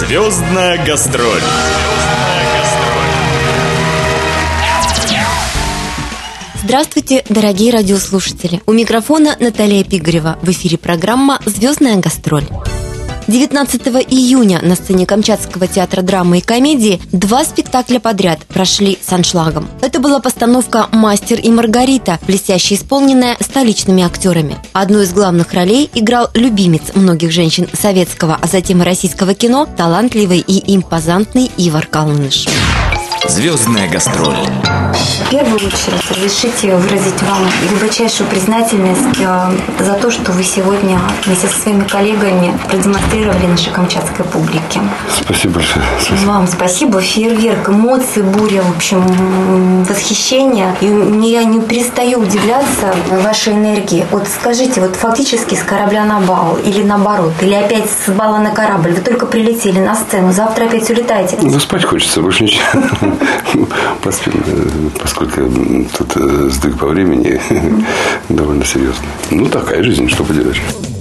Звездная гастроль. Здравствуйте, дорогие радиослушатели! У микрофона Наталья Пигарева. В эфире программа «Звездная гастроль». 19 июня на сцене Камчатского театра драмы и комедии 2 спектакля подряд прошли с аншлагом. Это была постановка «Мастер и Маргарита», блестяще исполненная столичными актерами. Одну из главных ролей играл любимец многих женщин советского, а затем и российского кино, талантливый и импозантный Ивар Калныш. Звездная гастроль. В первую очередь разрешите выразить вам глубочайшую признательность за то, что вы сегодня вместе со своими коллегами продемонстрировали нашей камчатской публике. Спасибо большое. Спасибо. Вам спасибо. Фейерверк эмоций, буря, в общем, восхищение. И я не перестаю удивляться вашей энергии. Вот скажите, вот фактически с корабля на бал или наоборот, или опять с бала на корабль. Вы только прилетели на сцену, завтра опять улетаете. Ну, спать хочется, больше ничего. Поскольку тут сдвиг по времени довольно серьезный. Ну, такая жизнь, что поделаешь.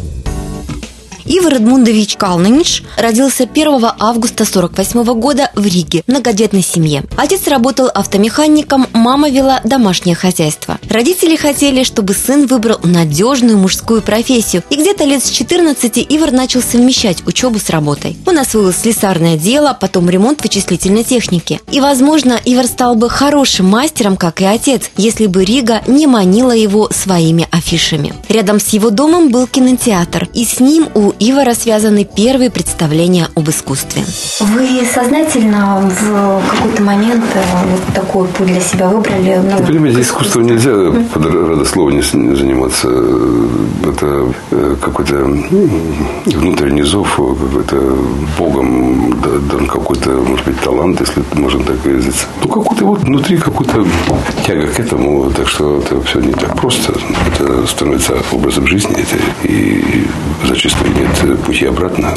Ивар Эдмундович Калныш родился 1 августа 1948 года в Риге в многодетной семье. Отец работал автомехаником, мама вела домашнее хозяйство. Родители хотели, чтобы сын выбрал надежную мужскую профессию, и где-то лет с 14 Ивар начал совмещать учебу с работой. Он освоил слесарное дело, потом ремонт вычислительной техники. И, возможно, Ивар стал бы хорошим мастером, как и отец, если бы Рига не манила его своими афишами. Рядом с его домом был кинотеатр, и с ним у Ивара связаны первые представления об искусстве. Вы сознательно в какой-то момент вот такой путь для себя выбрали? Понимаете, искусством нельзя под родословием заниматься. Это какой-то внутренний зов, какой-то Богом дан какой-то, может быть, талант, если можно так выразиться. Ну, какой-то вот внутри какой-то тяга к этому. Так что это все не так просто. Это становится образом жизни. И зачастую нет пути обратно.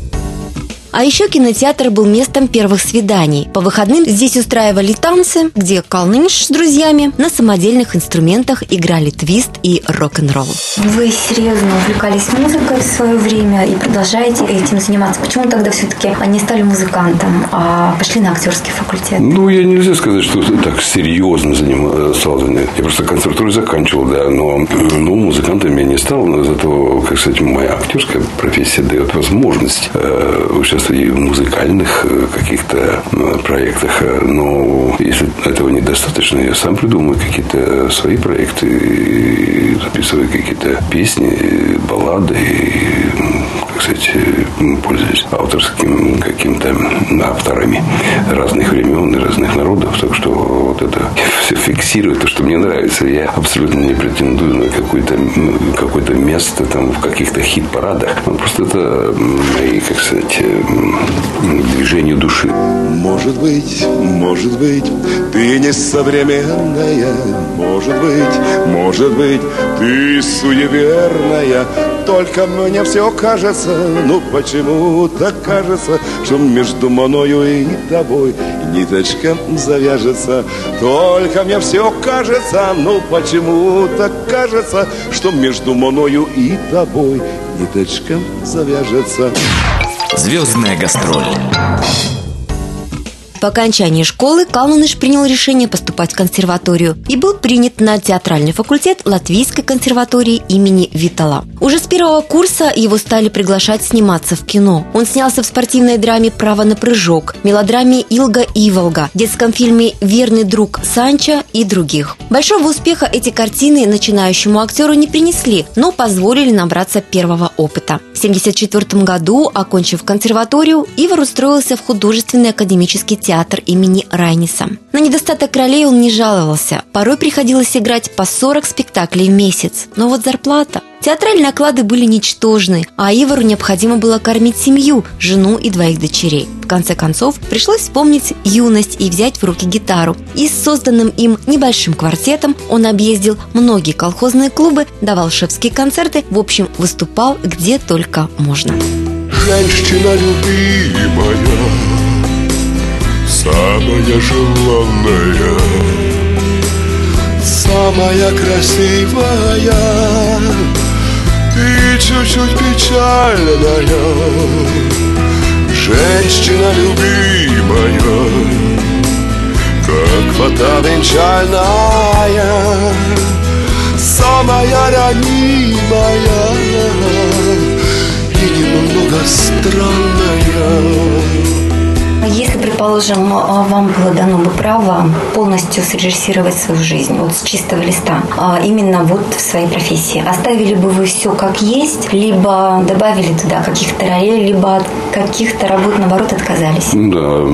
А еще кинотеатр был местом первых свиданий. По выходным здесь устраивали танцы, где Калныш с друзьями на самодельных инструментах играли твист и рок-н-ролл. Вы серьезно увлекались музыкой в свое время и продолжаете этим заниматься. Почему тогда все-таки не стали музыкантом, а пошли на актерский факультет? Ну, я нельзя сказать, что так серьезно занимался. Я просто консерваторию заканчивал, да, но музыкантом я не стал, но зато, как сказать, моя актерская профессия дает возможность участвовать и в музыкальных каких-то проектах. Но если этого недостаточно, я сам придумаю какие-то свои проекты, и записываю какие-то песни, баллады, и, как сказать, пользуюсь авторским каким-то авторами разных времен и разных народов. Так что вот это все фиксирую, то, что мне нравится. Я абсолютно не претендую на какое-то место там в каких-то хит-парадах. Просто это мои, как сказать, движение души. Может быть, ты не современная. Может быть, ты суеверная. Только мне все кажется, почему-то кажется, что между мною и тобой ниточка завяжется. Только мне все кажется, почему-то кажется, что между мною и тобой ниточка завяжется. Звездная гастроль. По окончании школы Калныш принял решение поступать в консерваторию и был принят на театральный факультет Латвийской консерватории имени Витала. Уже с первого курса его стали приглашать сниматься в кино. Он снялся в спортивной драме «Право на прыжок», мелодраме «Илга Иволга», детском фильме «Верный друг Санчо» и других. Большого успеха эти картины начинающему актеру не принесли, но позволили набраться первого опыта. В 1974 году, окончив консерваторию, Ивар устроился в художественный академический театр имени Райниса. На недостаток ролей он не жаловался. Порой приходилось играть по 40 спектаклей в месяц. Но вот зарплата. Театральные оклады были ничтожны, а Ивару необходимо было кормить семью, жену и 2 дочерей. В конце концов, пришлось вспомнить юность и взять в руки гитару. И с созданным им небольшим квартетом он объездил многие колхозные клубы, давал шефские концерты, в общем, выступал где только можно. Женщина любимая, самая желанная, самая красивая и чуть-чуть печальная. женщина любимая, как фата венчальная, самая ранимая и немного странная. Если, предположим, вам было дано бы право полностью срежиссировать свою жизнь, вот с чистого листа, именно вот в своей профессии, оставили бы вы все как есть, либо добавили туда каких-то ролей, либо от каких-то работ, наоборот, отказались? Да,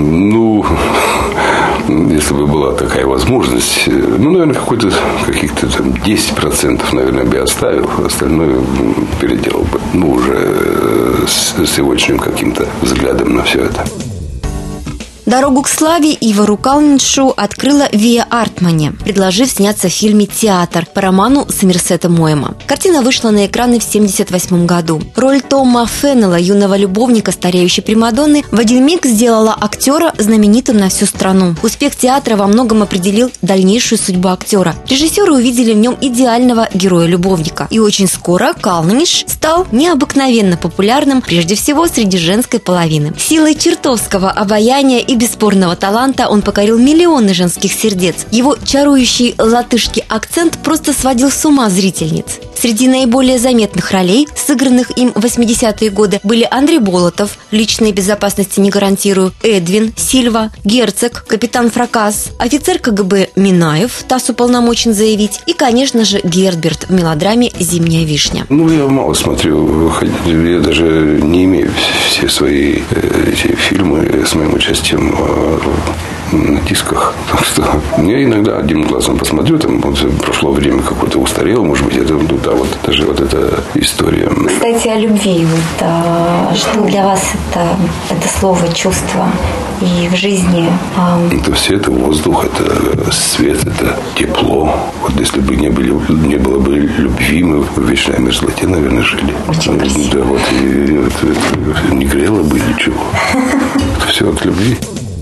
если бы была такая возможность, наверное, каких-то там 10%, наверное, бы оставил, остальное переделал бы. Уже с сегодняшним каким-то взглядом на все это. Дорогу к славе Ивару Калниншу открыла Вия Артмане, предложив сняться в фильме «Театр» по роману Сомерсета Моэма. Картина вышла на экраны в 1978 году. Роль Тома Феннелла, юного любовника стареющей примадонны, в один миг сделала актера знаменитым на всю страну. Успех театра во многом определил дальнейшую судьбу актера. Режиссеры увидели в нем идеального героя-любовника. И очень скоро Калнинш стал необыкновенно популярным, прежде всего, среди женской половины. Силой чертовского обаяния и бесспорного таланта он покорил миллионы женских сердец. Его чарующий латышский акцент просто сводил с ума зрительниц. Среди наиболее заметных ролей, сыгранных им в 80-е годы, были Андрей Болотов, личной безопасности не гарантирую, Эдвин, Сильва, Герцог, капитан Фракас, офицер КГБ Минаев, ТАСС уполномочен заявить, и, конечно же, Герберт в мелодраме «Зимняя вишня». Я мало смотрю, я даже не имею все свои эти фильмы с моим участием на дисках. Так что я иногда одним глазом посмотрю, там прошло время какое-то устарело, может быть, это даже вот эта история. Кстати, о любви. Что для вас это слово, чувство и в жизни? Это все, это воздух, это свет, это тепло. Вот если бы не было бы любви, мы в вечной мерзлоте, наверное, жили. Очень красиво. Да, и не грело бы ничего. Это все от любви.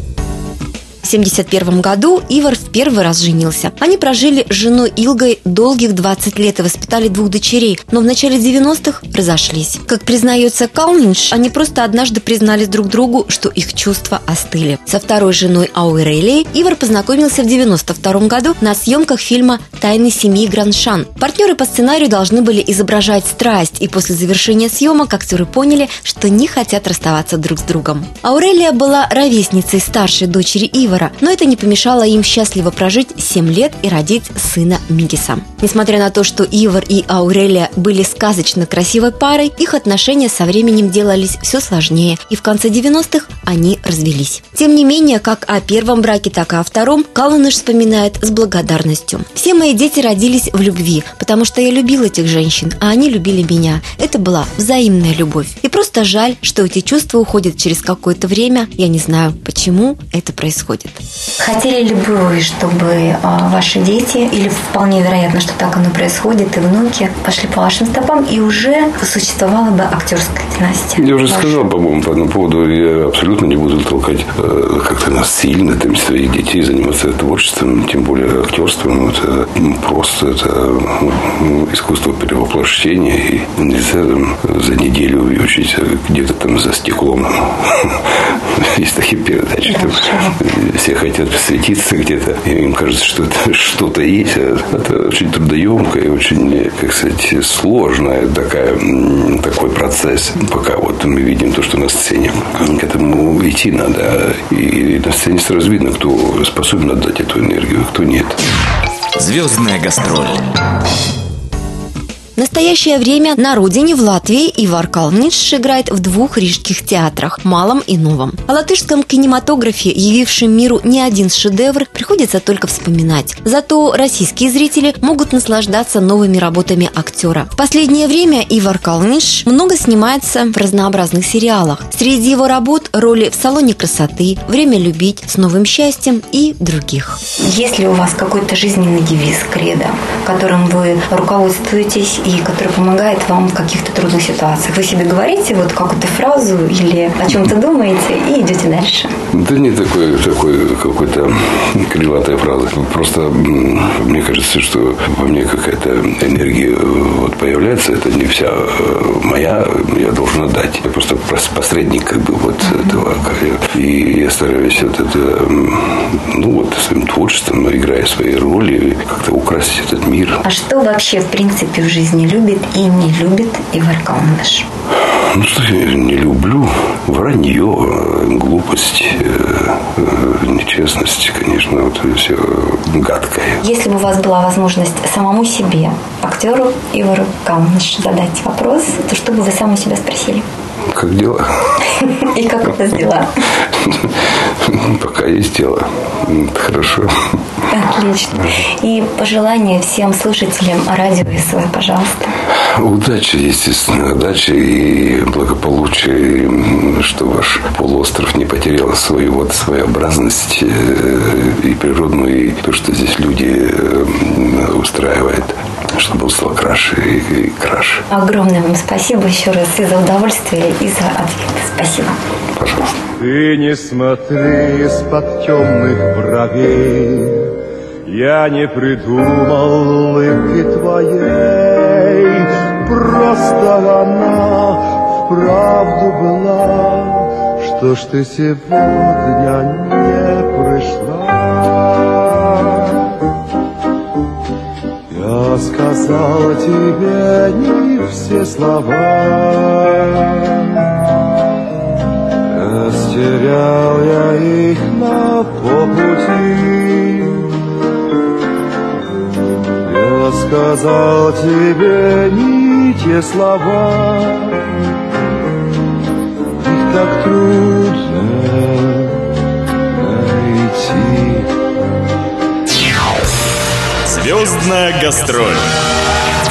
В 1971 году Ивар в первый раз женился. Они прожили с женой Илгой долгих 20 лет и воспитали 2 дочерей, но в начале 90-х разошлись. Как признается Калнинш, они просто однажды признались друг другу, что их чувства остыли. Со второй женой Аурелией Ивар познакомился в 1992 году на съемках фильма «Тайны семьи Граншан». Партнеры по сценарию должны были изображать страсть, и после завершения съемок актеры поняли, что не хотят расставаться друг с другом. Аурелия была ровесницей старшей дочери Ивара, но это не помешало им счастливо прожить 7 лет и родить сына Мигиса. Несмотря на то, что Ивар и Аурелия были сказочно красивой парой, их отношения со временем делались все сложнее, и в конце 90-х они развелись. Тем не менее, как о первом браке, так и о втором Калнинш вспоминает с благодарностью. «Все мои дети родились в любви, потому что я любил этих женщин, а они любили меня. Это была взаимная любовь. И просто жаль, что эти чувства уходят через какое-то время. Я не знаю, почему это происходит». Хотели ли бы вы, чтобы ваши дети, или вполне вероятно, что так оно происходит, и внуки пошли по вашим стопам, и уже существовала бы актерская династия? Я уже сказал, по-моему, по этому поводу, я абсолютно не буду толкать как-то насильно своих детей заниматься творчеством, тем более актерством. Это просто искусство перевоплощения, и нельзя за неделю учиться где-то там за стеклом. Есть такие передачи. Все хотят светиться где-то, и им кажется, что это что-то есть. Это очень трудоемкая и очень, сложная такой процесс. Пока мы видим то, что на сцене. К этому идти надо. И на сцене сразу видно, кто способен отдать эту энергию, а кто нет. Звездная гастроль. В настоящее время на родине, в Латвии, Ивар Калнинш играет в 2 рижских театрах – Малом и Новом. О латышском кинематографе, явившем миру не один шедевр, приходится только вспоминать. Зато российские зрители могут наслаждаться новыми работами актера. В последнее время Ивар Калнинш много снимается в разнообразных сериалах. Среди его работ – роли в «Салоне красоты», «Время любить», «С новым счастьем» и других. Есть ли у вас какой-то жизненный девиз, кредо, которым вы руководствуетесь и который помогает вам в каких-то трудных ситуациях? Вы себе говорите вот какую-то фразу или о чем-то думаете и идете дальше? Да не такой какой-то крылатая фраза. Просто мне кажется, что во мне какая-то энергия вот появляется. Это не вся моя, я должен отдать. Я просто посредник как бы вот этого. И я стараюсь вот это, ну вот своим творчеством, играя свои роли, как-то украсить этот мир. А что вообще в принципе в жизни любит и не любит Игорь Калныш? Ну, что я не люблю? Вранье, глупость, нечестность, конечно, вот все гадкое. Если бы у вас была возможность самому себе, актеру Игорю Калнышу, задать вопрос, то что бы вы сами себя спросили? Как дела? И как у вас дела? Пока есть дело. Хорошо. Отлично. И пожелания всем слушателям радио СВ, пожалуйста. Удачи, естественно, удачи и благополучия, и что ваш полуостров не потерял свою вот своеобразность и природную, и то, что здесь люди устраивают, чтобы он стал краше и краше. Огромное вам спасибо еще раз и за удовольствие, и за ответы. Спасибо. Пожалуйста. Ты не смотри из-под темных бровей, я не придумал улыбки твоей, просто она вправду была. Что ж ты сегодня не пришла? Я сказал тебе не все слова, растерял я их на полпути. Я сказал тебе не те слова, их так трудно найти. Звездная гастроль.